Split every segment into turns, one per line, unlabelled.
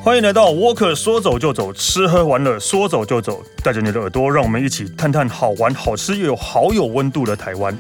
欢迎来到沃克，说走就走，吃喝玩乐说走就走，带着你的耳朵，让我们一起探探好玩、好吃又好有温度的台湾。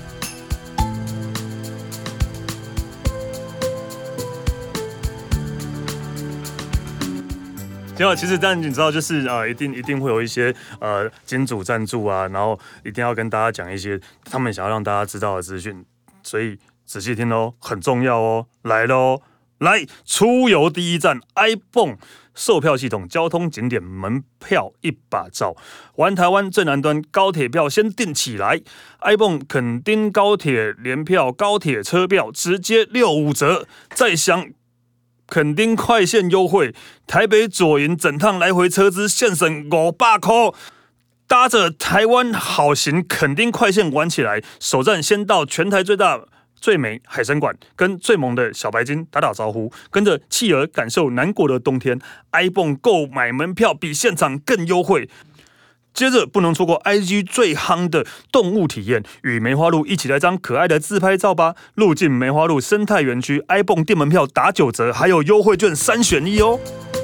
结果其实，但你知道，就是一定会有一些金主赞助啊，然后一定要跟大家讲一些他们想要让大家知道的资讯，所以仔细听哦，很重要哦，来喽！来，出游第一站 ，iPhone 售票系统，交通景点门票一把照，玩台湾最南端，高铁票先订起来 ，iPhone 垦丁高铁联票、高铁车票直接65折，再享垦丁快线优惠，台北左营整趟来回车资现省500块。搭着台湾好行垦丁快线玩起来，首站先到全台最大最美海参馆，跟最萌的小白鲸打打招呼，跟着企鹅感受南国的冬天。iPhone 购买门票比现场更优惠。接着不能错过 IG 最夯的动物体验，与梅花鹿一起来张可爱的自拍照吧！入境梅花鹿生态园区 ，iPhone 订门票打9折，还有优惠券3选1哦。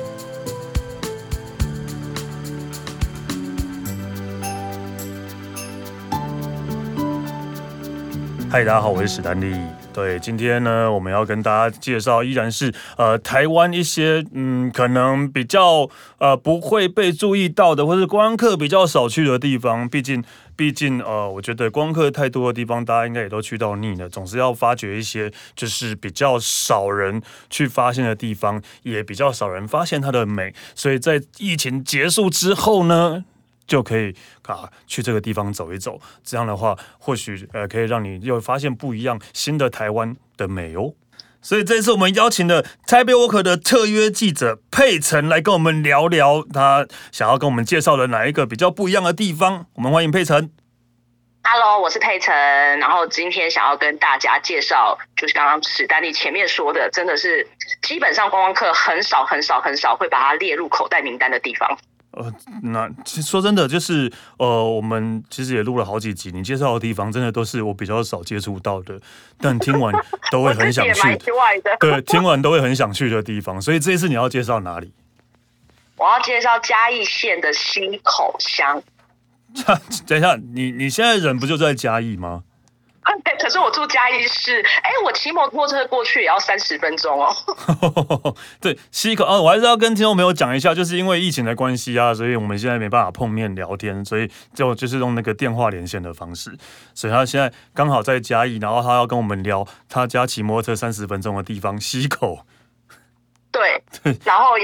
嗨，大家好，我是史丹利。对，今天呢，我们要跟大家介绍，依然是台湾一些可能比较不会被注意到的，或是观光客比较少去的地方。毕竟我觉得观光客太多的地方，大家应该也都去到腻了。总是要发掘一些就是比较少人去发现的地方，也比较少人发现它的美。所以在疫情结束之后呢，就可以去这个地方走一走，这样的话，或许可以让你又发现不一样新的台湾的美哦。所以这次我们邀请了台北 Walker 的特约记者佩岑来跟我们聊聊，他想要跟我们介绍的哪一个比较不一样的地方。我们欢迎佩岑。
Hello， 我是佩岑，然后今天想要跟大家介绍，就是刚刚史丹利前面说的，真的是基本上观光客很少会把它列入口袋名单的地方。
那说真的，就是我们其实也录了好几集，你介绍的地方真的都是我比较少接触到的，但听完都会很想去。对，听完都会很想去的地方。所以这一次你要介绍哪里？
我要介绍嘉义县的溪口乡。
等一下，你现在人不就在嘉义吗？
可是我住嘉义市，我骑摩托车过去也要30分钟哦。
对，溪口我还是要跟听众朋友讲一下，就是因为疫情的关系啊，所以我们现在没办法碰面聊天，所以就是用那个电话连线的方式。所以他现在刚好在嘉义，然后他要跟我们聊他家骑摩托车30分钟的地方溪口。
对，然后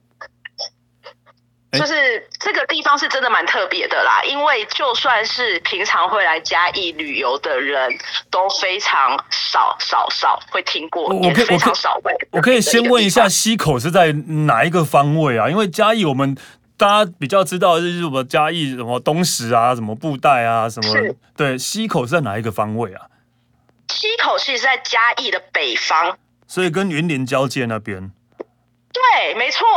就是这个地方是真的蛮特别的啦，因为就算是平常会来嘉义旅游的人都非常少会听过，也非常少会。
我可以先问一下，溪口是在哪一个方位啊？因为嘉义我们大家比较知道的就是什么嘉义什么东石啊，什么布袋啊，什么对，溪口是在哪一个方位啊？
溪口其实在嘉义的北方，
所以跟云林交界那边。
对，没错。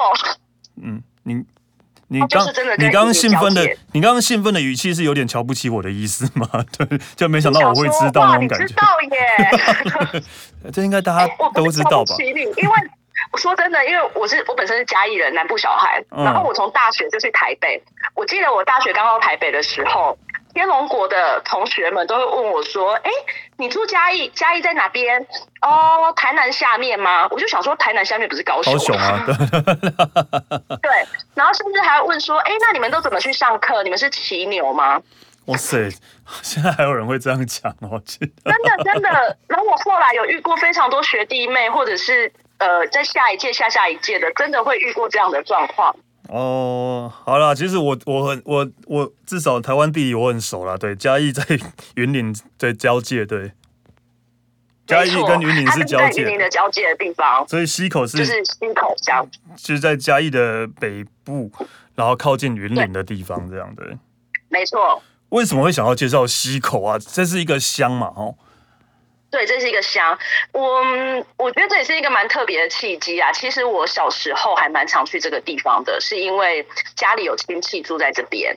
你刚刚兴奋的语气是有点瞧不起我的意思吗？对，就没想到我会知道那种感觉。
你知道耶？
这应该大家都知道吧？
因为我说真的，因为我本身是嘉义人，南部小孩，然后我从大学就去台北。我记得我大学刚到台北的时候，天龙国的同学们都会问我说：“你住嘉义？嘉义在哪边？哦，台南下面吗？”我就想说，台南下面不是高雄吗？
高雄啊，
对。然后甚至还会问说：“那你们都怎么去上课？你们是骑牛吗？”
哇塞，现在还有人会这样讲哦，
真的。然后我后来有遇过非常多学弟妹，或者是在下一届、下一届的，真的会遇过这样的状况。
哦，好啦，其实我至少台湾地理我很熟啦，对，嘉义在云林的交界，对，嘉义跟云林是交界，
它是在云林的交界的地方，
所以溪口
就是溪口乡，
就是在嘉义的北部，然后靠近云林的地方，这样的，
没错。
为什么会想要介绍溪口啊？这是一个乡嘛，哦。
对，这是一个乡。我觉得这也是一个蛮特别的契机啊。其实我小时候还蛮常去这个地方的，是因为家里有亲戚住在这边。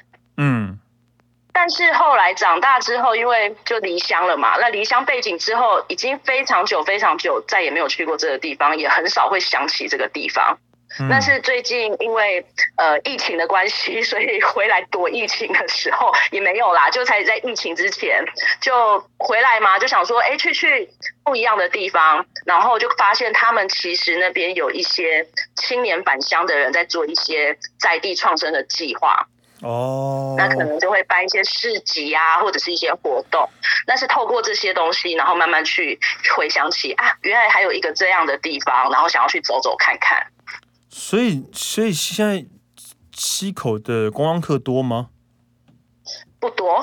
但是后来长大之后，因为就离乡了嘛，那离乡背景之后，已经非常久，再也没有去过这个地方，也很少会想起这个地方。 但是最近因为疫情的关系，所以回来躲疫情的时候也没有啦，就才在疫情之前就回来嘛，就想说去不一样的地方，然后就发现他们其实那边有一些青年返乡的人在做一些在地创生的计划。那可能就会办一些市集啊，或者是一些活动。但是透过这些东西，然后慢慢去回想起原来还有一个这样的地方，然后想要去走走看看。
所以现在溪口的观光客多吗？
不多。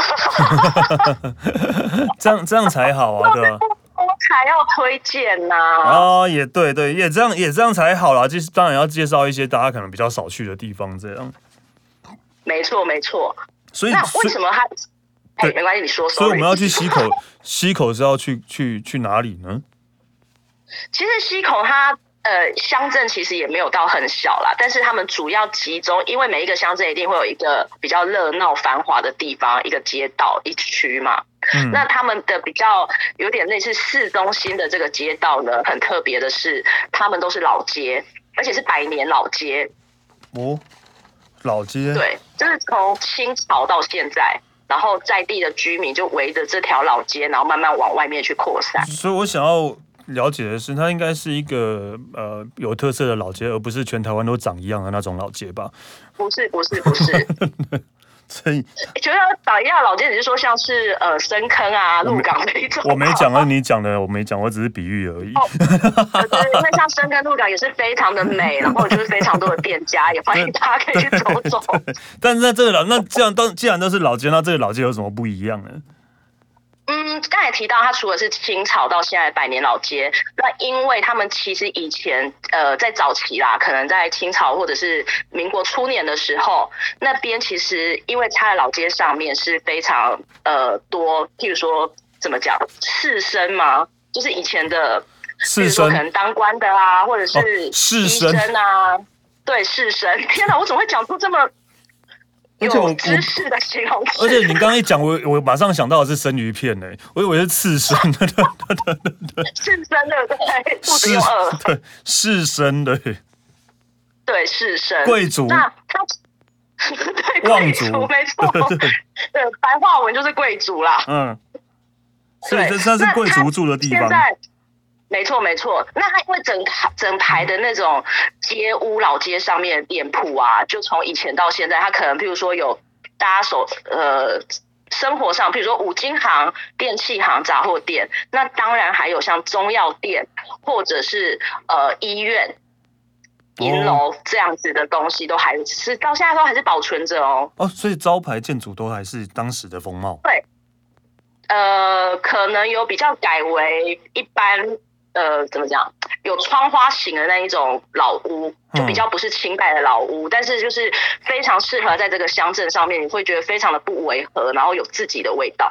这样才好啊，对吧？
才要推荐呐。
也对，也这样才好啦。就是当然要介绍一些大家可能比较少去的地方，这样。
没错。
所以
那为什么他？没关系，你说。
所以我们要去溪口，溪口是要去哪里呢？
其实溪口它乡镇其实也没有到很小啦，但是他们主要集中，因为每一个乡镇一定会有一个比较热闹繁华的地方，一个街道一区嘛。那他们的比较有点类似市中心的这个街道呢，很特别的是，他们都是老街，而且是100年老街。
老街。
对，就是从清朝到现在，然后在地的居民就围着这条老街，然后慢慢往外面去扩散。
所以我想要了解的是，它应该是一个有特色的老街，而不是全台湾都长一样的那种老街吧？
不是。
所以
觉得长一样的老街，你是说像是深坑啊、鹿港那一种？
我没讲，你讲的我没讲，我只是比喻而已。
对，因为像深坑、鹿港也是非常的美，然后就是非常多的店家，也欢迎大家可以去走走。
但是既然都是老街，那这个老街有什么不一样呢？
刚才提到它除了是清朝到现在的100年老街，那因为他们其实以前在早期啦，可能在清朝或者是民国初年的时候，那边其实因为它的老街上面是非常多，譬如说怎么讲士绅嘛，就是以前的士绅可能当官的啊，或者是医生啊，对士绅。天哪，我怎么会讲出这么有知识的形容词？
而且你刚刚一讲，我马上想到的是生鱼片呢，我以为是刺身。
刺身对不对？肚子又饿。
对，士绅的。
对，士绅。
贵族。
那他对贵族没错。对，白话文就是贵族啦。
所以这是贵族住的地方。
没错。那它因为整排的那种街屋老街上面的店铺啊，就从以前到现在，它可能譬如说有大家生活上，譬如说五金行、电器行、杂货店，那当然还有像中药店或者是医院、银楼这样子的东西，都还是到现在都还是保存着哦。
所以招牌建筑都还是当时的风貌。
对，可能有比较改为一般。怎么讲？有窗花型的那一种老屋，就比较不是清代的老屋，但是就是非常适合在这个乡镇上面，你会觉得非常的不违和，然后有自己的味道。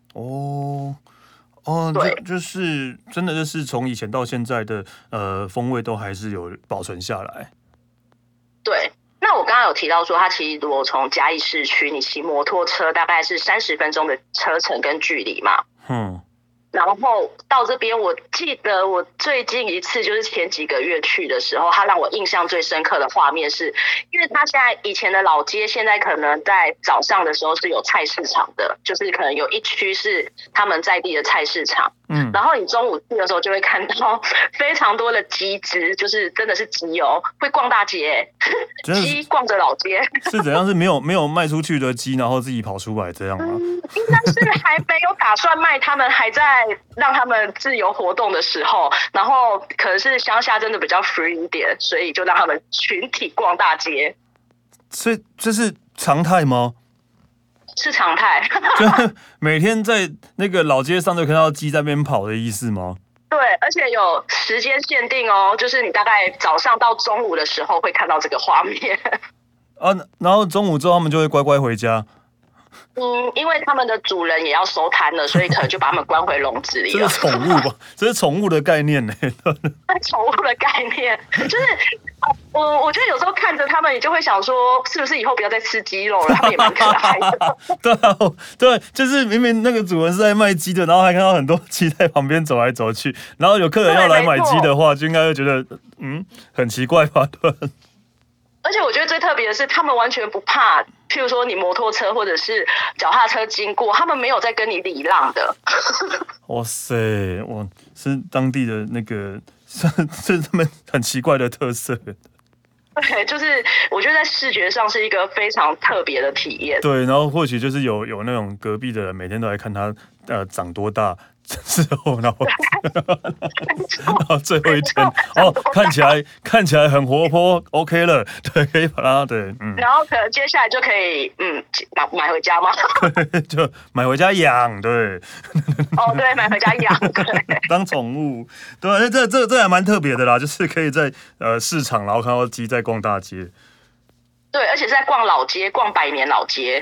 对，就是真的就是从以前到现在的风味都还是有保存下来。
对。那我刚刚有提到说，它其实如果从嘉义市区，你骑摩托车大概是30分钟的车程跟距离嘛。然后到这边，我记得我最近一次就是前几个月去的时候，它让我印象最深刻的画面是，因为它现在以前的老街，现在可能在早上的时候是有菜市场的，就是可能有一区是他们在地的菜市场。然后你中午去的时候就会看到非常多的鸡只，就是真的是鸡哦，会逛大街，鸡逛着老街。
是怎样？是没有卖出去的鸡，然后自己跑出来这样吗？
应该是还没有打算卖，他们还在让他们自由活动的时候，然后可能是乡下真的比较 free 一点，所以就让他们群体逛大街。
所以这是常态吗？
是常态。
就每天在那个老街上都看到鸡在那边跑的意思吗？
对，而且有时间限定哦，就是你大概早上到中午的时候会看到这个画面。
然后中午之后他们就会乖乖回家。
因为他们的主人也要收摊了，所以可能就把他们关回笼子里了。
这是宠物吧？这是宠物的概念呢。
宠物的概念就是我觉得有时候看着他们，你就会想说，是不是以后不要再吃鸡肉了？他们也蛮可爱的。
对，就是明明那个主人是在卖鸡的，然后还看到很多鸡在旁边走来走去，然后有客人要来买鸡的话，就应该会觉得很奇怪吧？对。
而且我觉得最特别的是，他们完全不怕，譬如说你摩托车或者是脚踏车经过，他们没有在跟你礼让的。
哇塞，我是当地的那个，是他们很奇怪的特色。
对，就是我觉得在视觉上是一个非常特别的体验。
对，然后或许就是有那种隔壁的人每天都来看他长多大之后，然后最后一天哦，看起来很活泼，OK 了，对，可以把它对，
然后可能接下来就可以买回家吗？
就买回家养，对。
哦，对，买回家养，对，
当宠物，对啊，这还蛮特别的啦，就是可以在市场，然后看到鸡在逛大街。
对，而且是在逛老街，逛百年老街。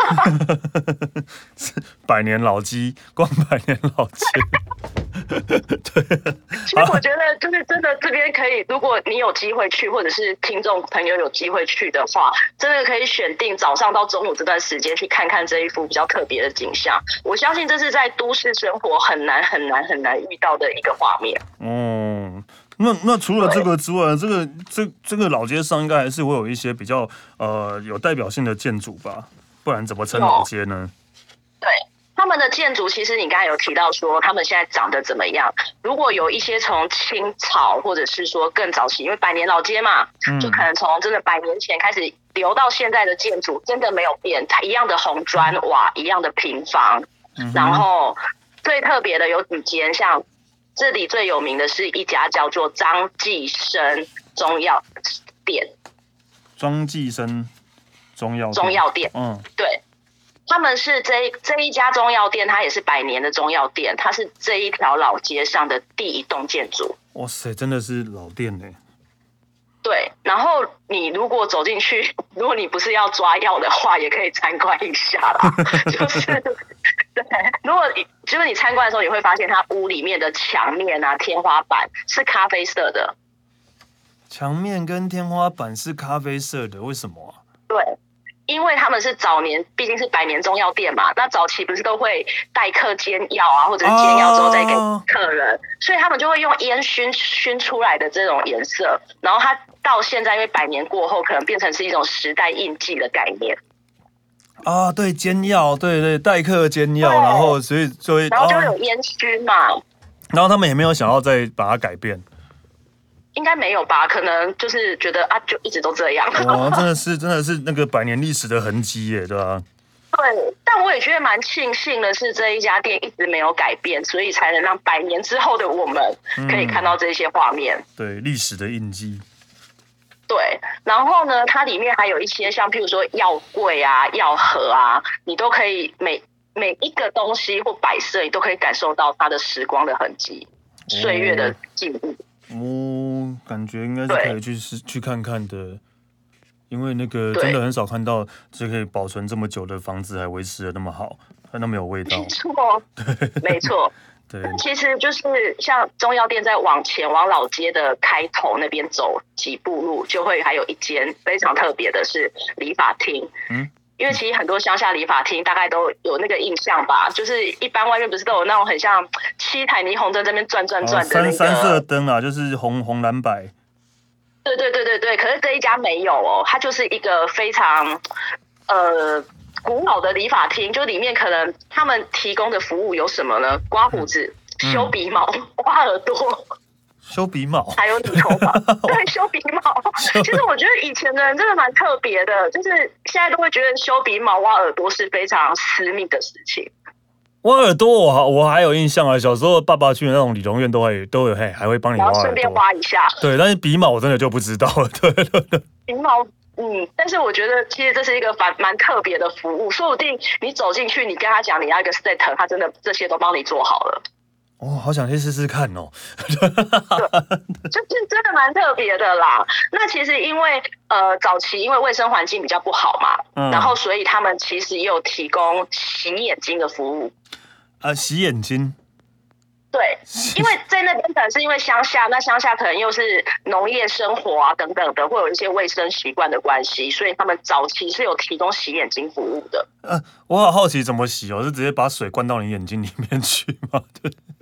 百年老鸡，逛百年老街。对，
其实我觉得就是真的这边可以，如果你有机会去，或者是听众朋友有机会去的话，真的可以选定早上到中午这段时间去看看这一幅比较特别的景象。我相信这是在都市生活很难遇到的一个画面。
哦，那除了这个之外，这个老街上应该还是会有一些比较有代表性的建筑吧？不然怎么称老街呢？
对。他们的建筑其实你刚才有提到说他们现在长得怎么样，如果有一些从清朝或者是说更早期，因为百年老街嘛，就可能从真的100年前开始留到现在的建筑真的没有变，它一样的红砖瓦，一样的平房，然后最特别的有几间，像这里最有名的是一家叫做张继生中药店。
张继生中药店，
对。他们是这一家中药店，它也是100年的中药店，它是这一条老街上的第一栋建筑。
哇塞，真的是老店呢。
对，然后你如果走进去，如果你不是要抓药的话，也可以参观一下啦。就是对，如果就是你参观的时候，你会发现它屋里面的墙面啊、天花板是咖啡色的。
墙面跟天花板是咖啡色的，为什么啊？
对。因为他们是早年，毕竟是100年中药店嘛，那早期不是都会待客煎药啊，或者是煎药之后再给客人，所以他们就会用烟熏出来的这种颜色，然后它到现在因为100年过后，可能变成是一种时代印记的概念。
啊，对，煎药，对，待客煎药，然后所以就会，
然后就会有烟熏嘛，
然后他们也没有想要再把它改变。
应该没有吧？可能就是觉得啊，就一直都这样。
哇，真的是那个100年历史的痕迹耶，对吧？
对，但我也觉得蛮庆幸的是，这一家店一直没有改变，所以才能让100年之后的我们可以看到这些画面。
对，历史的印记。
对，然后呢，它里面还有一些像譬如说药柜啊、药盒啊，你都可以每一个东西或摆设，你都可以感受到它的时光的痕迹、岁月的记录。
感觉应该是可以去看看的，因为那个真的很少看到就可以保存这么久的房子还维持的那么好，还那么有味道。
没错，没错。对，其实就是像中药店在往老街的开头那边走几步路，就会还有一间非常特别的是理发厅。因为其实很多乡下理发厅大概都有那个印象吧，就是一般外面不是都有那种很像7台霓虹灯在那边转的那个
三色灯啊，就是红蓝白。
对，可是这一家没有哦，它就是一个非常古老的理发厅，就里面可能他们提供的服务有什么呢？刮胡子、修鼻毛、挖耳朵。
修鼻毛，
还有理头发，对，修鼻毛。其实我觉得以前的人真的蛮特别的，就是现在都会觉得修鼻毛、挖耳朵是非常私密的事情。
挖耳朵我还有印象啊，小时候爸爸去的那种理容院都有还会帮你挖耳朵，
顺便挖一下。
对，但是鼻毛我真的就不知道了。对。
鼻毛，但是我觉得其实这是一个蛮特别的服务，说不定你走进去，你跟他讲你要一个 set， 他真的这些都帮你做好了。
好想去试试看哦。
对，就是真的蛮特别的啦。那其实因为早期因为卫生环境比较不好嘛，然后所以他们其实也有提供洗眼睛的服务。
洗眼睛。
对，因为在那边可能是因为乡下，那乡下可能又是农业生活啊等等的，会有一些卫生习惯的关系，所以他们早期是有提供洗眼睛服务的。
我好好奇怎么洗哦，是直接把水灌到你眼睛里面去吗？对。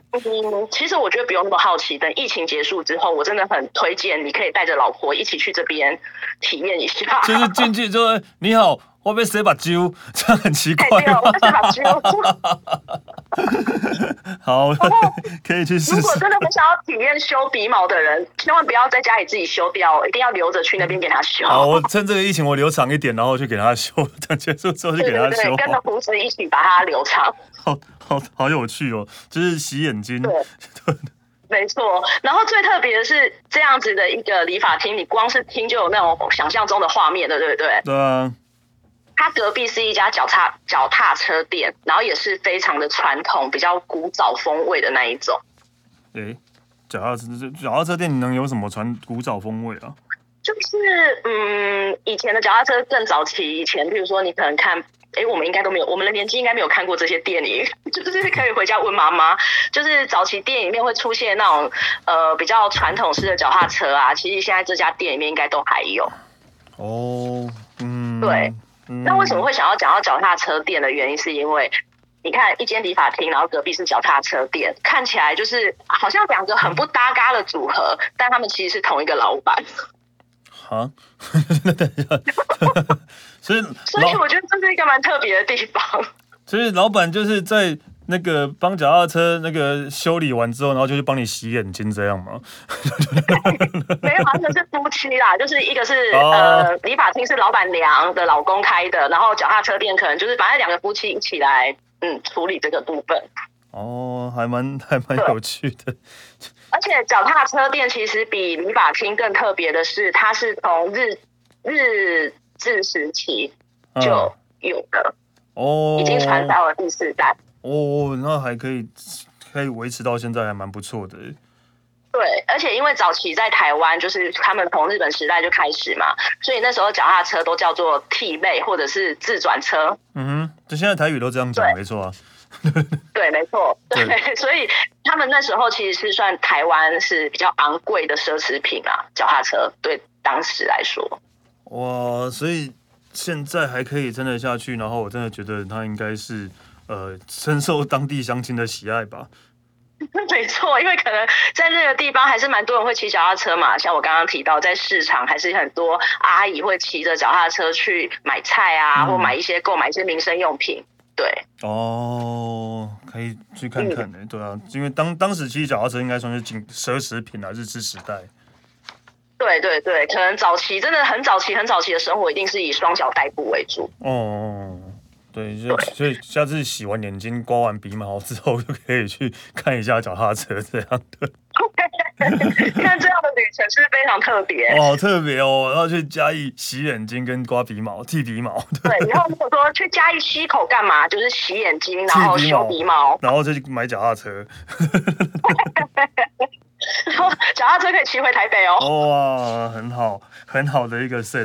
其实我觉得不用那么好奇，等疫情结束之后，我真的很推荐你可以带着老婆一起去这边体验一下。
就是进去就说你好，我被谁把揪，这样很奇怪吗？
我被谁把揪？
好，可以去试试。
如果真的很想要体验修鼻毛的人，千万不要在家里自己修掉，一定要留着去那边给他修。
好，我趁这个疫情我留长一点，然后去给他修，等结束之后就给他修。
对，跟着胡子一起把它留长。
好有趣哦，就是洗眼睛。
对。没错，然后最特别的是这样子的一个理发厅，你光是听就有那种想象中的画面的，对不对？
对啊。
它隔壁是一家脚踏车店，然后也是非常的传统、比较古早风味的那一种。
脚踏车店你能有什么古早风味啊？
就是以前的脚踏车更早期以前，比如说你可能看。我们应该都没有，我们的年纪应该没有看过这些电影，就是可以回家问妈妈。就是早期店里面会出现那种比较传统式的脚踏车啊，其实现在这家店里面应该都还有。对。那为什么会想要讲到脚踏车店的原因，是因为你看一间理发厅，然后隔壁是脚踏车店，看起来就是好像两个很不搭嘎的组合，但他们其实是同一个老板。
啊，所以
我觉得这是一个蛮特别的地方。
所以老板就是在那个帮脚踏车那个修理完之后，然后就去帮你洗眼睛这样吗？
没有，他们是夫妻啦，就是一个是理发厅是老板娘的老公开的，然后脚踏车店可能就是反正两个夫妻一起来处理这个部分。
还蛮有趣的。
而且脚踏车店其实比理发厅更特别的是，它是从日治时期就有的，已经传到了第4代。
那还可以维持到现在，还蛮不错的。
对，而且因为早期在台湾，就是他们从日本时代就开始嘛，所以那时候脚踏车都叫做替类或者是自转车。
就现在台语都这样讲，没错啊。
对，没错，对，所以他们那时候其实是算台湾是比较昂贵的奢侈品啊，脚踏车对当时来说。
哇，所以现在还可以撑得下去，然后我真的觉得他应该是深受当地乡亲的喜爱吧。
没错，因为可能在那个地方还是蛮多人会骑脚踏车嘛，像我刚刚提到，在市场还是很多阿姨会骑着脚踏车去买菜啊，或购买一些民生用品。对，
可以去看看对啊，因为当时骑脚踏车应该算是奢侈品啊，日治时代。
对对对，可能真的很早期的生活一定是以双脚代步为主。
对，所以下次洗完眼睛、刮完鼻毛之后，就可以去看一下脚踏车这样的。
看这样的旅程是非常特别。
好特别哦！要去嘉义洗眼睛跟刮鼻毛、剃鼻毛。
对，然后如果说去嘉义溪口干嘛，就是洗眼睛，然后修鼻毛，
然后再去买脚踏车。
然后脚踏车可以骑回台北哦。
哇，很好的一个 set。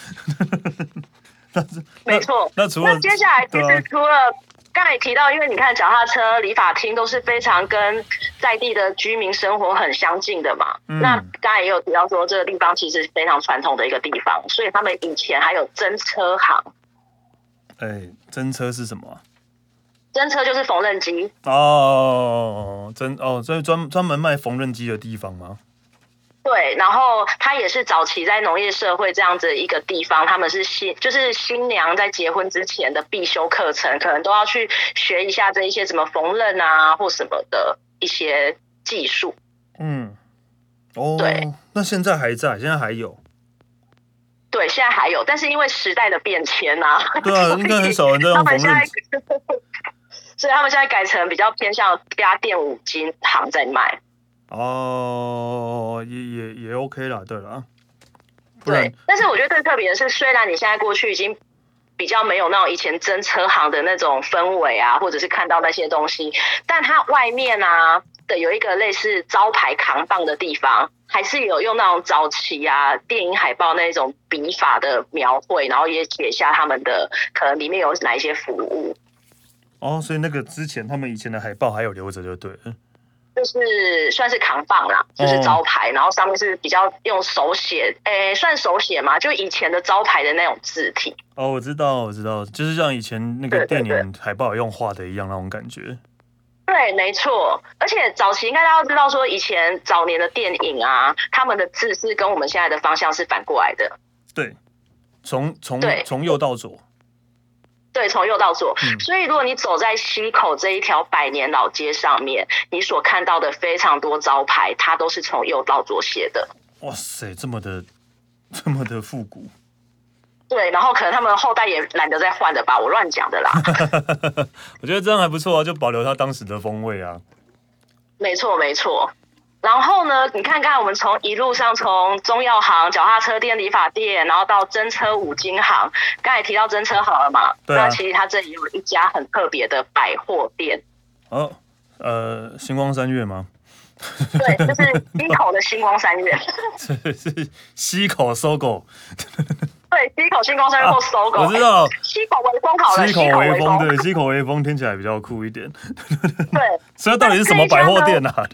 没错。
那
接下来其实除了刚才提到，因为你看脚踏车、理发厅都是非常跟在地的居民生活很相近的嘛。那刚才也有提到说，这个地方其实是非常传统的一个地方，所以他们以前还有真车行。
真车是什么啊？
真车就是缝纫机。
这是专门卖缝纫机的地方吗？
对，然后它也是早期在农业社会这样子的一个地方，他们是新娘在结婚之前的必修课程，可能都要去学一下这一些什么缝纫啊或什么的一些技术。
对，那现在还在，现在还有。
对，现在还有，但是因为时代的变迁啊，
对啊，应该很少人在用缝纫。
所以他们现在改成比较偏向家电五金行在卖。
也 OK 啦，对啦。
对，但是我觉得最特别的是，虽然你现在过去已经比较没有那种以前真车行的那种氛围啊，或者是看到那些东西，但它外面啊的有一个类似招牌扛棒的地方，还是有用那种早期啊电影海报那种笔法的描绘，然后也写下他们的可能里面有哪一些服务。
所以那个之前他们以前的海报还有留着就对了。
就是算是扛棒啦，就是招牌，然后上面是比较用手写，算手写嘛，就以前的招牌的那种字体。
我知道，就是像以前那个电影海报用画的一样那种感觉。
对，没错。而且早期应该大家都知道说，以前早年的电影啊，他们的字是跟我们现在的方向是反过来的。
对，
对
从右到左。
对，从右到左。所以如果你走在溪口这一条百年老街上面，你所看到的非常多招牌，它都是从右到左写的。
哇塞，这么的复古。
对，然后可能他们后代也懒得再换了吧，我乱讲的啦。
我觉得这样还不错啊，就保留它当时的风味啊。
没错，没错。然后呢，你看看我们一路上从中药行、脚踏车店、理发店，然后到真车五金行，刚才提到真车行了嘛？
对啊。
那其实它这里有一家很特别的百货店。
哦，星光三月吗？
对，就是溪口的星光三月。
是溪口搜狗。
对，溪口星光三月或搜狗。
我知道。
溪口微风好了。
溪口微风，对，溪口微风听起来比较酷一点。
对。
所以到底是什么百货店啊？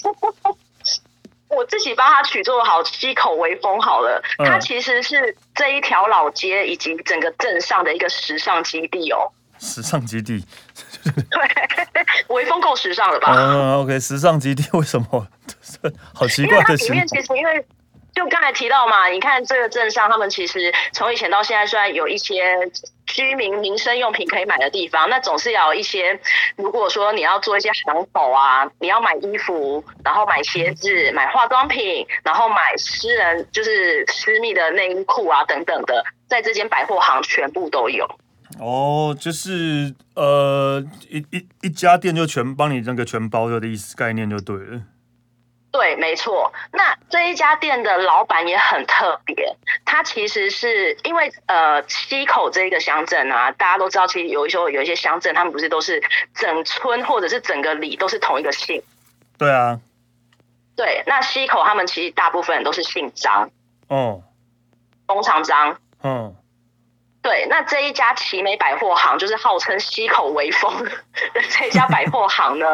我自己帮他取做好溪口微风好了，它其实是这一条老街以及整个镇上的一个时尚基地哦。
时尚基地。
对，微风够时尚了吧
？OK， 时尚基地为什么？好奇怪的形容。
因为它里面其实因为就刚才提到嘛，你看这个镇上，他们其实从以前到现在，虽然有一些居民民生用品可以买的地方，那总是要有一些，如果说你要做一些行头啊，你要买衣服，然后买鞋子、买化妆品，然后买就是私密的内衣裤啊等等的，在这间百货行全部都有。
哦，就是一家店就全帮你那个全包的意思概念就对了。
对，没错。那这一家店的老板也很特别，他其实是因为溪口这个乡镇啊，大家都知道，其实有一些乡镇，他们不是都是整村或者是整个里都是同一个姓。
对啊。
对，那溪口他们其实大部分人都是姓张。
哦。
工厂张。
嗯。
对，那这一家奇美百货行就是号称溪口微风的这一家百货行呢。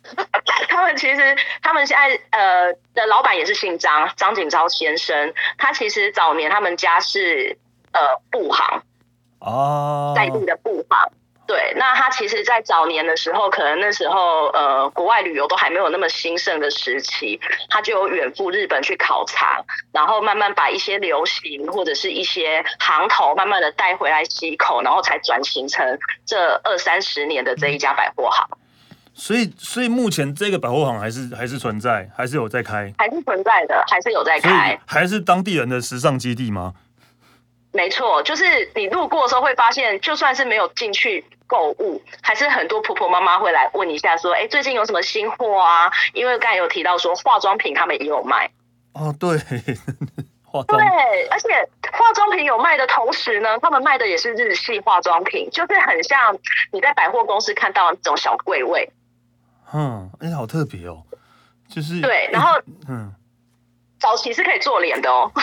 他们现在的老板也是姓张，张景昭先生。他其实早年他们家是布行，在地的布行。对，那他其实在早年的时候，可能那时候国外旅游都还没有那么兴盛的时期，他就有远赴日本去考察，然后慢慢把一些流行或者是一些行头慢慢的带回来溪口，然后才转型成这20-30年的这一家百货行。
所以目前这个百货行还是存在，还是有在开，
还是存在的，还是有在开，
还是当地人的时尚基地吗？
没错，就是你路过的时候会发现，就算是没有进去购物，还是很多婆婆妈妈会来问一下说，最近有什么新货啊？因为刚才有提到说化妆品他们也有卖。
哦，对。
对，而且化妆品有卖的同时呢，他们卖的也是日系化妆品，就是很像你在百货公司看到那种小柜位。
好特别哦，就是
对，然后早期是可以做脸的哦。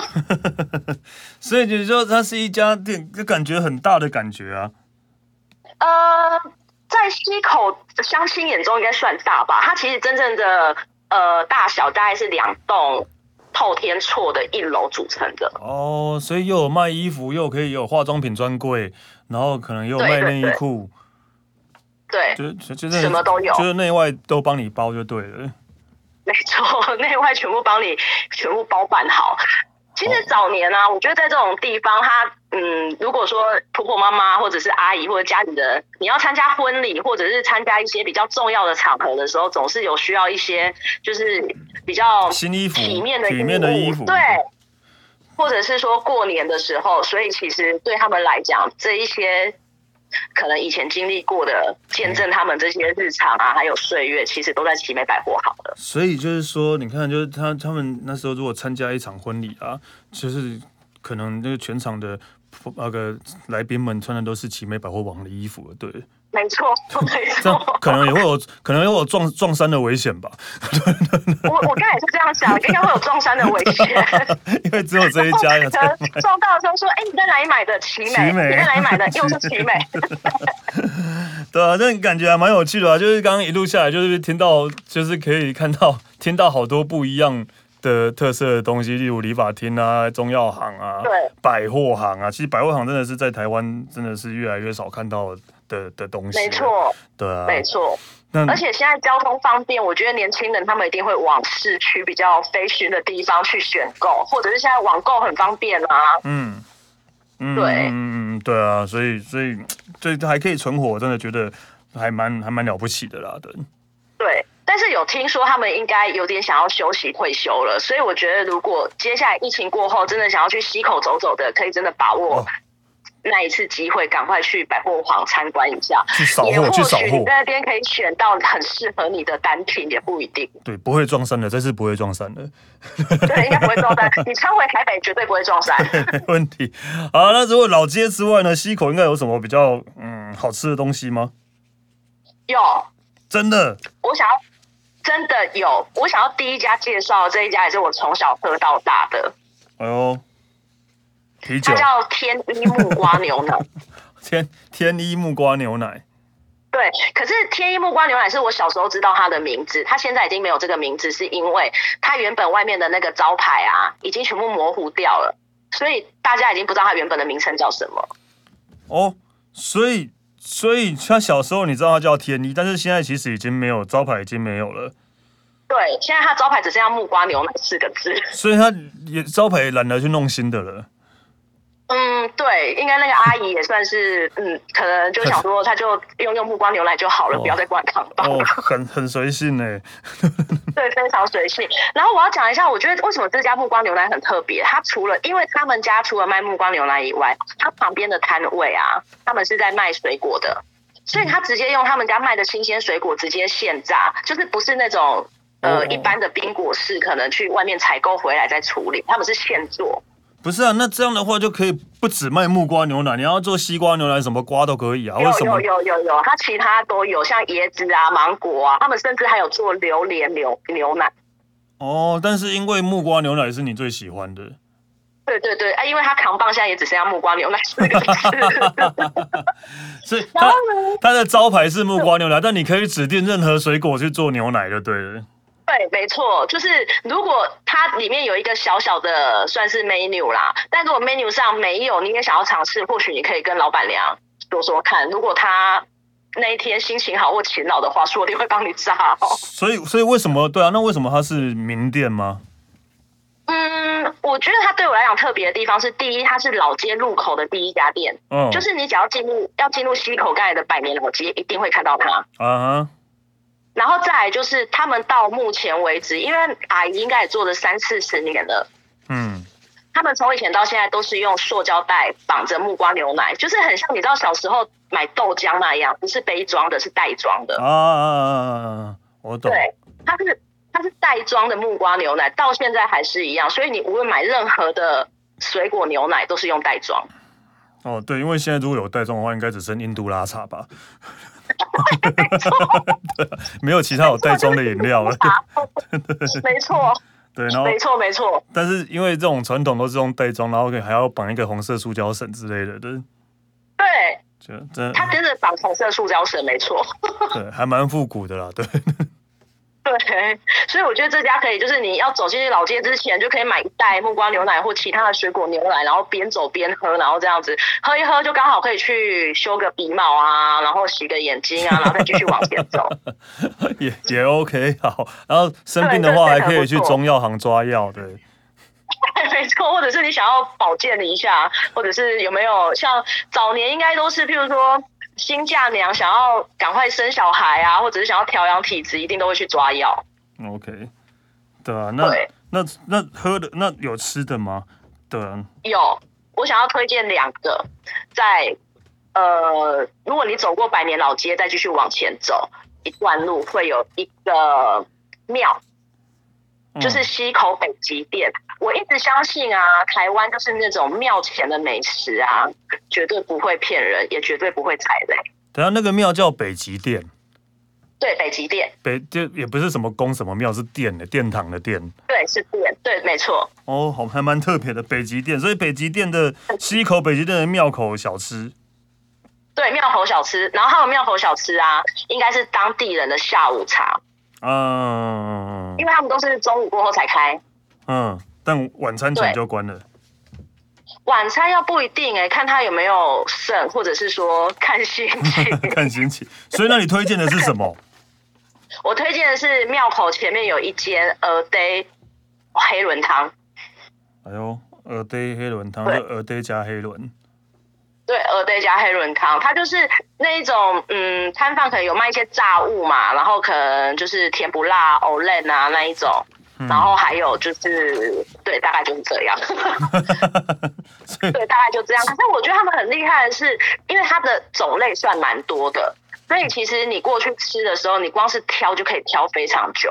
所以就是说它是一家店，就感觉很大的感觉啊。
在溪口的乡亲眼中应该算大吧，它其实真正的大小大概是2栋透天厝的1楼组成的。
哦，所以又有卖衣服，又可以有化妆品专柜，然后可能又有卖内衣裤。
对，
就是
什么都有，
就是内外都帮你包就对了。
没错，内外全部帮你全部包办好。其实早年啊，我觉得在这种地方，如果说婆婆妈妈或者是阿姨或者家里的人，你要参加婚礼或者是参加一些比较重要的场合的时候，总是有需要一些就是比较
新衣服、
体面的
衣服，
对，或者是说过年的时候，所以其实对他们来讲，这一些可能以前经历过的，见证他们这些日常啊，还有岁月，其实都在奇美百货好了。
所以就是说，你看，就是他们那时候如果参加一场婚礼啊，就是可能那个全场的那个来宾们穿的都是奇美百货网的衣服，对。
没错，没错，
可能也会有撞山的危险吧。
我刚才也是这样想，应该会有撞山的危险，
因为只有这一家呀。
撞到的时候说：“你在哪里买的？奇美，你在哪里买的？又是奇美。”
对啊，这感觉还蛮有趣的啊。就是刚刚一路下来，就是听到，就是可以听到好多不一样的特色的东西，例如理发厅啊、中药行啊、百货行啊。其实百货行真的是在台湾真的是越来越少看到的东西。
没错，
对啊，
没错。 而且现在交通方便，我觉得年轻人他们一定会往市区比较非墟的地方去选购，或者是现在网购很方便啊。
对啊，所以还可以存活，真的觉得还蛮了不起的啦，
对。但是有听说他们应该有点想要休息退休了，所以我觉得如果接下来疫情过后真的想要去溪口走走的，可以真的把握那一次机会，赶快去百货行参观一下，
去扫货，
你在那边可以选到很适合你的单品，也不一定。
对，不会撞衫的，这次不会撞衫的。
对，应该不会撞衫。你穿回台北绝对不会撞衫。
没问题。好，那如果老街之外呢，溪口应该有什么比较好吃的东西吗？
有，
真的。
真的有，我想要第一家介绍的这一家也是我从小喝到大的。
哎呦，啤酒，
它叫天一木瓜牛奶。
天一木瓜牛奶。
对，可是天一木瓜牛奶是我小时候知道它的名字，它现在已经没有这个名字，是因为它原本外面的那个招牌啊，已经全部模糊掉了，所以大家已经不知道它原本的名称叫什么。
哦，所以他小时候你知道他叫天一，但是现在其实已经没有招牌，已经没有了。
对，现在他招牌只剩下木瓜牛奶4个字，
所以他也招牌也懒得去弄新的了。
对，应该那个阿姨也算是，可能就想说，他就用木瓜牛奶就好了，不要再灌糖棒了。
很随性哎。
对，非常随性。然后我要讲一下，我觉得为什么这家木瓜牛奶很特别，它因为他们家除了卖木瓜牛奶以外，它旁边的摊位啊，他们是在卖水果的，所以他直接用他们家卖的新鲜水果直接现榨，就是不是那种一般的冰果室可能去外面采购回来再处理，他们是现做。
不是啊，那这样的话就可以不只卖木瓜牛奶，你要做西瓜牛奶，什么瓜都可以啊。为什么？
有，它其他都有，像椰子啊、芒果啊，他们甚至还有做榴莲牛奶。
哦，但是因为木瓜牛奶是你最喜欢的。
对，因为它扛棒现在也只剩下木瓜牛奶4个字。
所以它的招牌是木瓜牛奶，但你可以指定任何水果去做牛奶就对了。
对，没错，就是如果它里面有一个小小的算是 menu 啦，但如果 menu 上没有，你也想要尝试，或许你可以跟老板娘说说看，如果他那一天心情好或勤劳的话，说不定会帮你炸好。
所以为什么对啊？那为什么它是名店吗？
我觉得它对我来讲特别的地方是，第一，它是老街入口的第一家店，就是你只要进入溪口刚才的百年老街，一定会看到它。然后再来就是他们到目前为止，因为阿姨应该也做了30-40年了，他们从以前到现在都是用塑胶袋绑着木瓜牛奶，就是很像你知道小时候买豆浆那样，不是杯装的，是袋装的。
我懂。
对，它是袋装的木瓜牛奶，到现在还是一样，所以你无论买任何的水果牛奶都是用袋装。
对，因为现在如果有袋装的话，应该只剩印度拉茶吧。没有其他有袋装的饮料了。
没错。
对，然后
没错。
但是因为这种传统都是用袋装，然后还要绑一个红色塑胶绳之类的，
对，它真的绑红色塑胶绳，没错。
对，还蛮复古的啦，对。
对，所以我觉得这家可以，就是你要走进去老街之前，就可以买一袋木瓜牛奶或其他的水果牛奶，然后边走边喝，然后这样子喝一喝，就刚好可以去修个鼻毛啊，然后洗个眼睛啊，然后再继续往前走。
也 OK 好，然后生病的话还可以去中药行抓药，对。
没错，或者是你想要保健一下，或者是有没有像早年应该都是，譬如说新嫁娘想要赶快生小孩啊，或者是想要调养体质，一定都会去抓药。
OK， 对啊，那喝的那有吃的吗？对啊，
有，我想要推荐2个，在如果你走过百年老街，再继续往前走一段路，会有一个庙。就是溪口北极店，我一直相信啊，台湾就是那种庙前的美食啊，绝对不会骗人，也绝对不会踩雷。
等下那个庙叫北极殿，
对，北极殿，
就也不是什么宫什么庙，是殿的殿堂的殿，
对，是殿，对，没错。
好，还蛮特别的北极殿，所以北极殿的溪口北极殿的庙口小吃，
对，庙口小吃，然后他们庙口小吃啊，应该是当地人的下午茶。因为他们都是中午过后才开。
但晚餐前就关了。
晚餐要不一定看他有没有剩，或者是说看心情。
看心情。所以那你推荐的是什么？
我推荐的是庙口前面有一间day 黑轮汤。
哎呦，day 黑轮汤，就day 加黑轮。
对，day 加黑轮汤，它就是那一种，摊贩可能有卖一些炸物嘛，然后可能就是甜不辣、藕类啊那一种，然后还有就是，对，大概就是这样。对，大概就这样。可是我觉得他们很厉害的是，因为它的种类算蛮多的，所以其实你过去吃的时候，你光是挑就可以挑非常久。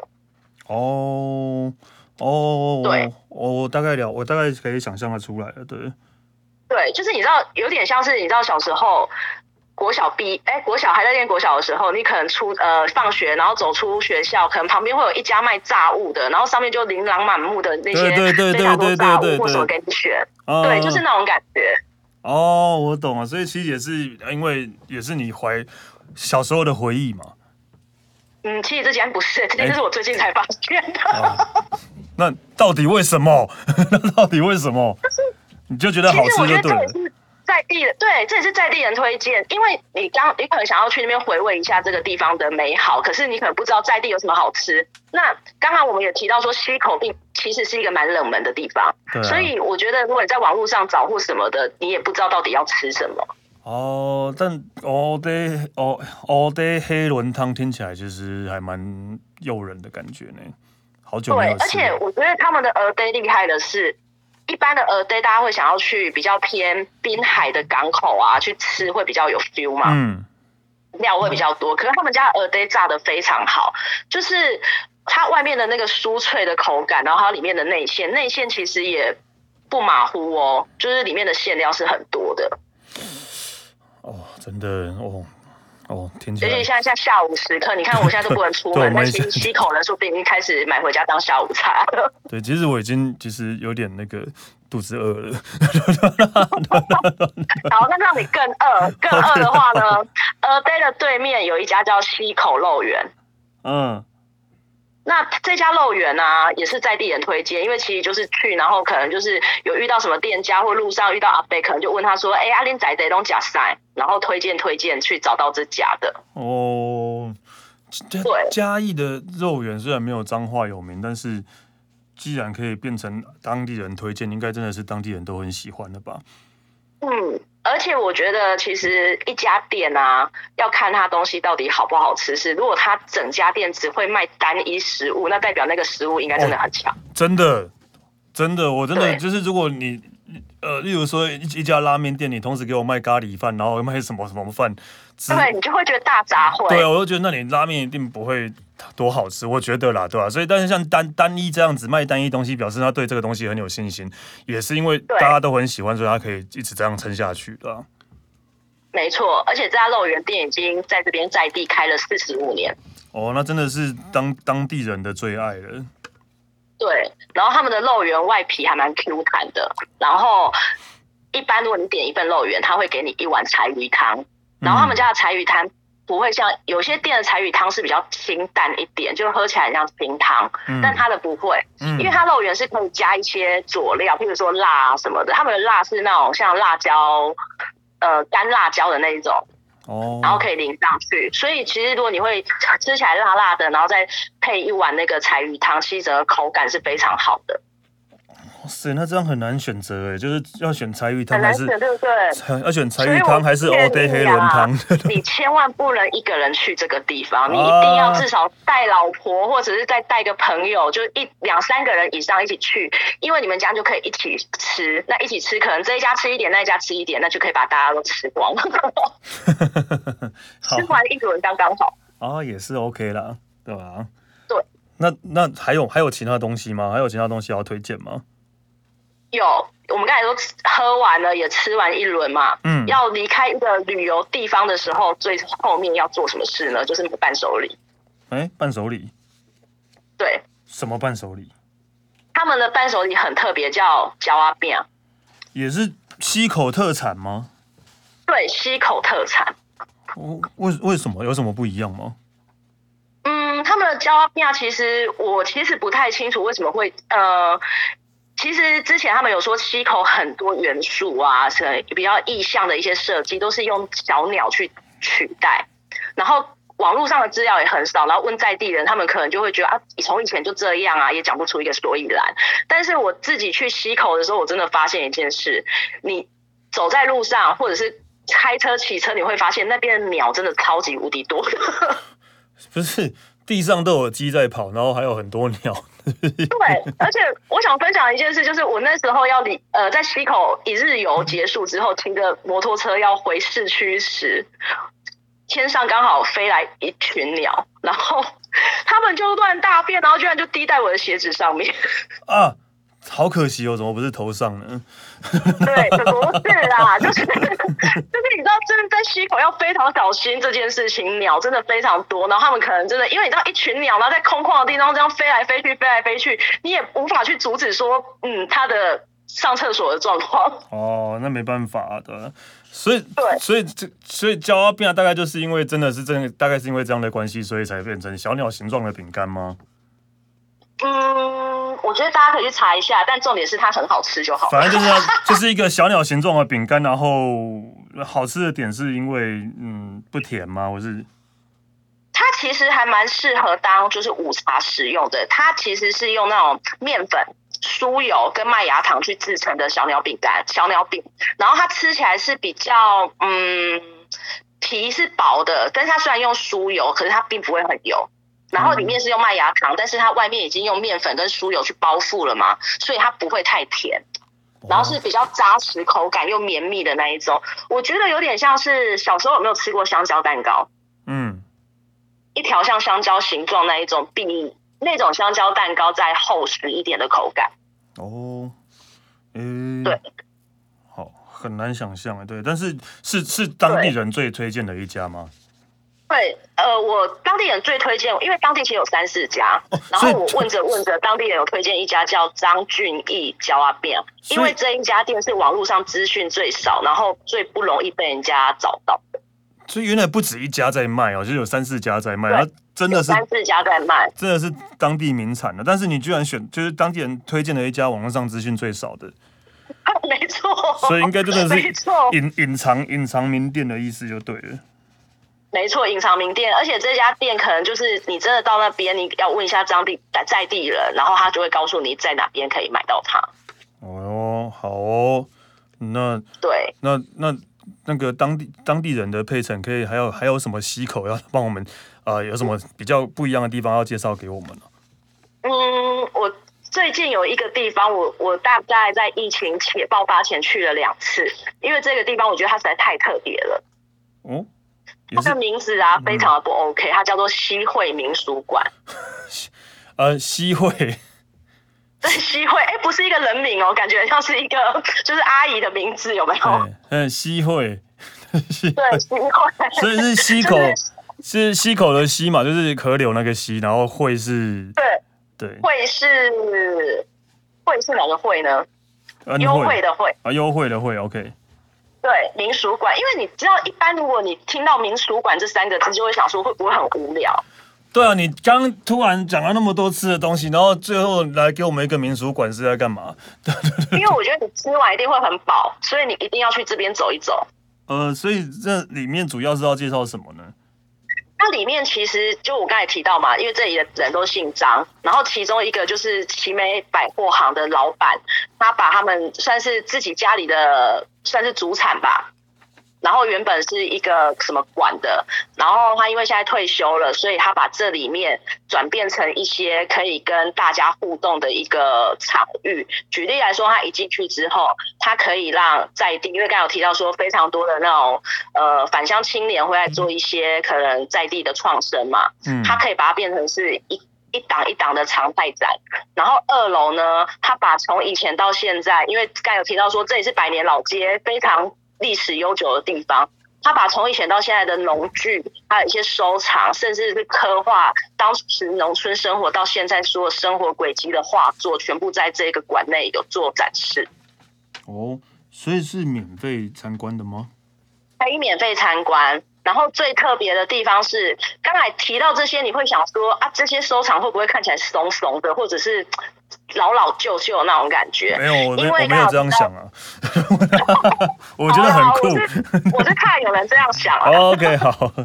对，我大概可以想象得出来了，对。
对，就是你知道，有点像是你知道小时候国小还在念国小的时候，你可能放学，然后走出学校，可能旁边会有一家卖炸物的，然后上面就琳琅满目的那些非常多炸物或什么给你选，对，就是那种感觉。
哦，我懂了，所以其实也是因为也是你小时候的回忆嘛。
其实这间不是，这间是我最近才发现的。
那到底为什么？你就觉得好吃就对了。
其实我觉得这也是在地的，对，这也是在地人推荐，因为你可能想要去那边回味一下这个地方的美好，可是你可能不知道在地有什么好吃。那刚刚我们也提到说，溪口并其实是一个蛮冷门的地方，所以我觉得如果你在网络上找或什么的，你也不知道到底要吃什么。
但all day 黑轮汤听起来其实还蛮诱人的感觉呢，好久没有吃了。
对，而且我觉得他们的all day 厉害的是，一般的all day 大家会想要去比较偏滨海的港口啊去吃，会比较有 feel 嘛，料会比较多。可是他们家all day 炸得非常好，就是它外面的那个酥脆的口感，然后还有里面的内馅其实也不马虎哦，就是里面的馅料是很多的。
真的听起来。
尤其像下午时刻，你看我现在都不能出门，但溪口人说不定已经开始买回家当下午茶了。
对，其实我已经有点那个肚子饿了。
好，那让你更饿的话呢，day 的对面有一家叫溪口肉圆。那这家肉圆啊，也是在地人推荐，因为其实就是去，然后可能就是有遇到什么店家或路上遇到阿伯，可能就问他说：“阿恁在地拢吃啥？”然后推荐去找到这家的。
对，嘉义的肉圆虽然没有彰化有名，但是既然可以变成当地人推荐，应该真的是当地人都很喜欢的吧？
而且我觉得其实一家店啊，要看它东西到底好不好吃。如果它整家店只会卖单一食物，那代表那个食物应该真的很强。
真的，我真的就是如果你例如说一家拉面店，你同时给我卖咖喱饭，然后卖什么饭，
对，你就会觉得大杂烩。
对，我就觉得那你拉面一定不会多好吃，我觉得啦，对吧？所以，但是像单一这样子卖单一东西，表示他对这个东西很有信心，也是因为大家都很喜欢，所以他可以一直这样撑下去，对吧？
没错，而且这家肉圆店已经在这边在地开了45年。
那真的是当地人的最爱了。
对，然后他们的肉圆外皮还蛮 Q 弹的，然后一般如果你点一份肉圆，他会给你一碗柴鱼汤，然后他们家的柴鱼汤不会像有些店的柴鱼汤是比较清淡一点，就喝起来很像清汤，但它的不会，因为它肉圆是可以加一些佐料，譬如说辣什么的，他们的辣是那种像辣椒，干辣椒的那一种。然后可以淋上去，所以其实如果你会吃起来辣辣的，然后再配一碗那个柴鱼汤，其实整个口感是非常好的。
哇塞，那这样很难选择哎，就是要选柴鱼汤还是
对不对？
要选柴鱼汤还是 all day 黑轮汤？
你千万不能一个人去这个地方，你一定要至少带老婆，或者是再带个朋友，就2、3个人以上一起去，因为你们这样就可以一起吃。那一起吃，可能这一家吃一点，那一家吃一点，那就可以把大家都吃光。吃完一轮刚刚好。
也是 OK 啦，对吧？
对。
那还有其他东西吗？还有其他东西要推荐吗？
有，我们刚才说喝完了也吃完一轮嘛，要离开一个旅游地方的时候，最后面要做什么事呢？就是伴手礼。
伴手礼？
对。
什么伴手礼？
他们的伴手礼很特别，叫椒仔饼。
也是溪口特产吗？
对，溪口特产。
为什么？有什么不一样吗？
他们的椒仔饼我其实不太清楚为什么会其实之前他们有说溪口很多元素啊，比较意象的一些设计都是用小鸟去取代，然后网络上的资料也很少，然后问在地人，他们可能就会觉得啊，从以前就这样啊，也讲不出一个所以然。但是我自己去溪口的时候，我真的发现一件事，你走在路上或者是开车骑车，你会发现那边的鸟真的超级无敌多的。
不是，地上都有鸡在跑，然后还有很多鸟。
对，而且我想分享一件事，就是我那时候在溪口一日游结束之后，骑着摩托车要回市区时，天上刚好飞来一群鸟，然后他们就乱大便，然后居然就滴在我的鞋子上面。
啊，好可惜哦，怎么不是头上呢？
对，不是啦，就是你知道，真的在溪口要非常小心这件事情，鸟真的非常多，然后他们可能真的，因为你知道一群鸟，然后在空旷的地方这样飞来飞去，飞来飞去，你也无法去阻止说，它的上厕所的状况。
哦，那没办法的。所以焦阿变大概就是因为大概是因为这样的关系，所以才变成小鸟形状的饼干吗？
我觉得大家可以去查一下，但重点是它很好吃就好。
反正就是一个小鸟形状的饼干，然后好吃的点是因为不甜吗？
它其实还蛮适合当就是午茶使用的。它其实是用那种面粉、酥油跟麦芽糖去制成的小鸟饼，然后它吃起来是比较皮是薄的，但是它虽然用酥油，可是它并不会很油。然后里面是用麦芽糖，但是它外面已经用面粉跟酥油去包覆了嘛，所以它不会太甜，然后是比较扎实口感又绵密的那一种。我觉得有点像是小时候有没有吃过香蕉蛋糕？一条像香蕉形状那一种，比那种香蕉蛋糕再厚实一点的口感。
哦，
对，
好，很难想象对，但是是当地人最推荐的一家吗？
对，我当地人最推荐，因为当地其实有3-4家，然后我问着，当地人有推荐一家叫张俊义焦阿变，因为这一家店是网络上资讯最少，然后最不容易被人家找到的。
所以原来不止一家在卖就是有3-4家在卖，然后真的是
3-4家在卖，
真的是当地名产的。但是你居然选就是当地人推荐的一家网络上资讯最少的，
没错，
所以应该真的是隐藏名店的意思就对了。
没错，隐藏名店，而且这家店可能就是你真的到那边，你要问一下在地人，然后他就会告诉你在哪边可以买到它。
哦，好哦，
对，
那个当地人的配成可以还有什么溪口要帮我们有什么比较不一样的地方要介绍给我们呢？
我最近有一个地方，我大概在疫情爆发前去了2次，因为这个地方我觉得它实在太特别了。
哦。
它的名字啊，非常的不 OK，它叫做西汇民俗馆。
西汇，
对，西汇，不是一个人名哦，感觉像是一个就是阿姨的名字，有没有？
西汇，
对，西汇，
所以是溪口，是溪口的溪嘛，就是河流那个溪，然后汇是，对，
汇是哪个汇呢？优惠的惠
啊，优惠的惠 ，OK。
对，民俗馆，因为你知道，一般如果你听到民俗馆这3个字，就会想说会不会很无聊？
对啊，你刚突然讲了那么多吃的东西，然后最后来给我们一个民俗馆是在干嘛？
因为我觉得你吃完一定会很饱，所以你一定要去这边走一走。
所以这里面主要是要介绍什么呢？
它里面其实就我刚才提到嘛，因为这里的人都姓张，然后其中一个就是奇美百货行的老板，他把他们算是自己家里的算是祖产吧，然后原本是一个什么馆的，然后他因为现在退休了，所以他把这里面转变成一些可以跟大家互动的一个场域。举例来说，他一进去之后，他可以让在地，因为刚刚有提到说非常多的那种返乡青年会来做一些可能在地的创生嘛，他可以把它变成是一档一档的常态展，然后2楼呢，他把从以前到现在，因为刚才有提到说这里是百年老街，非常历史悠久的地方，他把从以前到现在的农具，还有一些收藏，甚至是刻画当时农村生活到现在所有生活轨迹的画作，全部在这个馆内有做展示。
哦，所以是免费参观的吗？
可以免费参观。然后最特别的地方是，刚才提到这些，你会想说啊，这些收藏会不会看起来怂怂的，或者是老老旧旧那种感觉？
没有，我没有这样想啊。我觉得很酷。
我是看有人这样想啊。
OK， 好。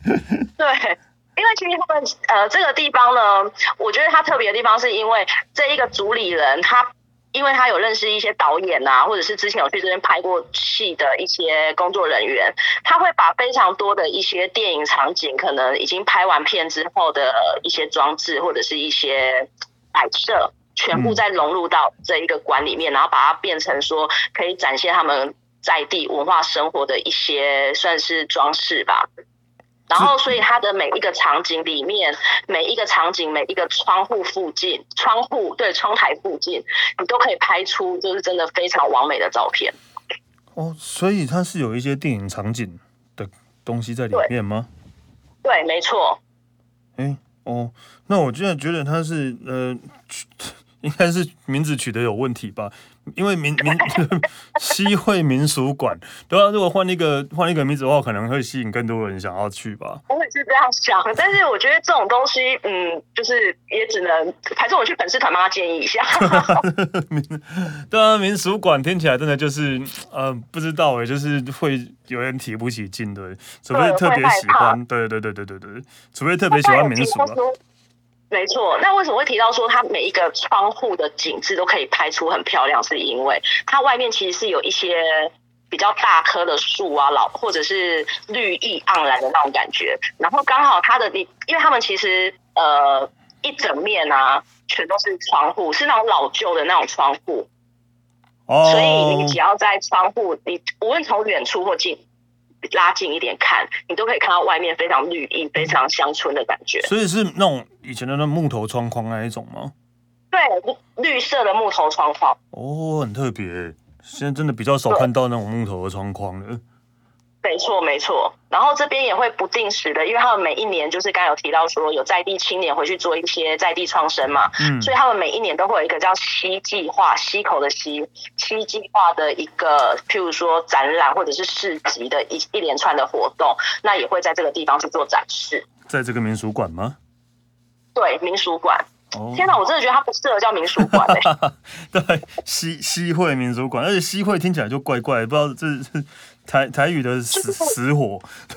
对，因为其实他们这个地方呢，我觉得它特别的地方是因为这一个主理人因为他有认识一些导演啊，或者是之前有去这边拍过戏的一些工作人员，他会把非常多的一些电影场景，可能已经拍完片之后的一些装置或者是一些摆设，全部再融入到这一个馆里面，然后把它变成说可以展现他们在地文化生活的一些算是装饰吧。然后，所以它的每一个场景里面，每一个场景，每一个窗户附近，窗台附近，你都可以拍出就是真的非常完美的照片。
哦，所以它是有一些电影场景的东西在里面吗？
对，没错。
哦，那我真的觉得它是应该是名字取得有问题吧，因为西汇民俗馆，对啊，如果换一个名字的话，可能会吸引更多人想要去吧。
我也是这样想，但是我觉得这种东西，就是也只能，还是我去粉丝团帮他建议一下。
对啊，民俗馆听起来真的就是不知道哎，就是会有人提不起劲的，除非特别喜欢，对，除非特别喜欢民俗啊。
没错，那为什么会提到说它每一个窗户的景致都可以拍出很漂亮？是因为它外面其实是有一些比较大棵的树啊，或者是绿意盎然的那种感觉。然后刚好因为他们其实一整面啊，全都是窗户，是那种老旧的那种窗户。所以你只要在窗户，你无论从远处或拉近一点看，你都可以看到外面非常绿意、非常乡村的感觉。
所以是那种以前的那木头窗框那一种吗？
对，绿色的木头窗框。
哦，很特别，现在真的比较少看到那种木头的窗框了。
没错。然后这边也会不定时的，因为他们每一年就是刚刚有提到说有在地青年回去做一些在地创生嘛，所以他们每一年都会有一个叫溪计划，溪口的溪计划的一个，譬如说展览或者是市集的一连串的活动，那也会在这个地方去做展示。
在这个民俗馆吗？
对，民俗馆。天哪，我真的觉得它不适合叫民俗馆
对，西汇民俗馆，而且西汇听起来就怪怪，不知道这是台语的死火，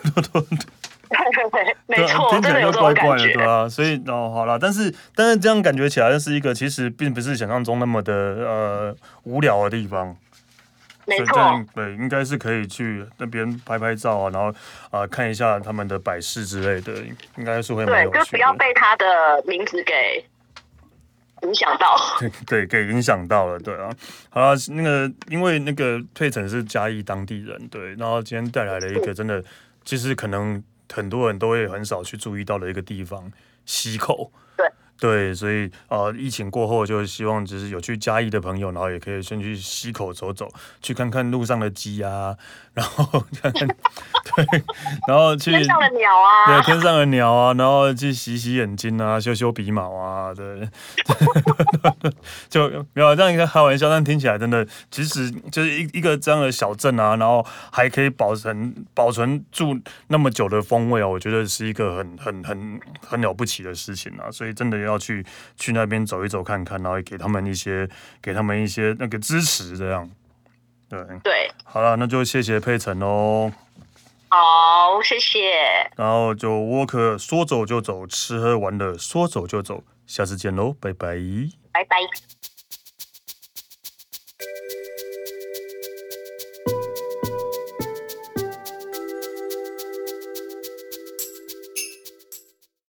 对，没错，
听起来就怪怪的，对啊，所以好啦，但是这样感觉起来是一个其实并不是想象中那么的无聊的地方。
没错，
对，应该是可以去那边拍拍照啊，然后看一下他们的摆饰之类的，应该是会蛮有趣的。
对，就不要被他的名字给影响到。
对，给影响到了，对啊。好啦，因为那个佩岑是嘉义当地人，对，然后今天带来了一个真的，其实可能很多人都会很少去注意到的一个地方——溪口。对，所以疫情过后，就希望就是有去嘉义的朋友，然后也可以先去溪口走走，去看看路上的鸡啊，然后看看对，然后去
天上的鸟啊，
对，天上的鸟啊，然后去洗眼睛啊，修鼻毛啊，对，就没有这样一个开玩笑，但听起来真的，其实就是一个这样的小镇啊，然后还可以保存住那么久的风味啊，我觉得是一个很了不起的事情啊，所以真的要去那边走一走看看，然后给他们一些那个支持，这样。对，好了，那就谢谢佩岑喽。
好，谢谢。
然后就Walker说走就走，吃喝玩乐说走就走，下次见喽，拜拜。
拜拜。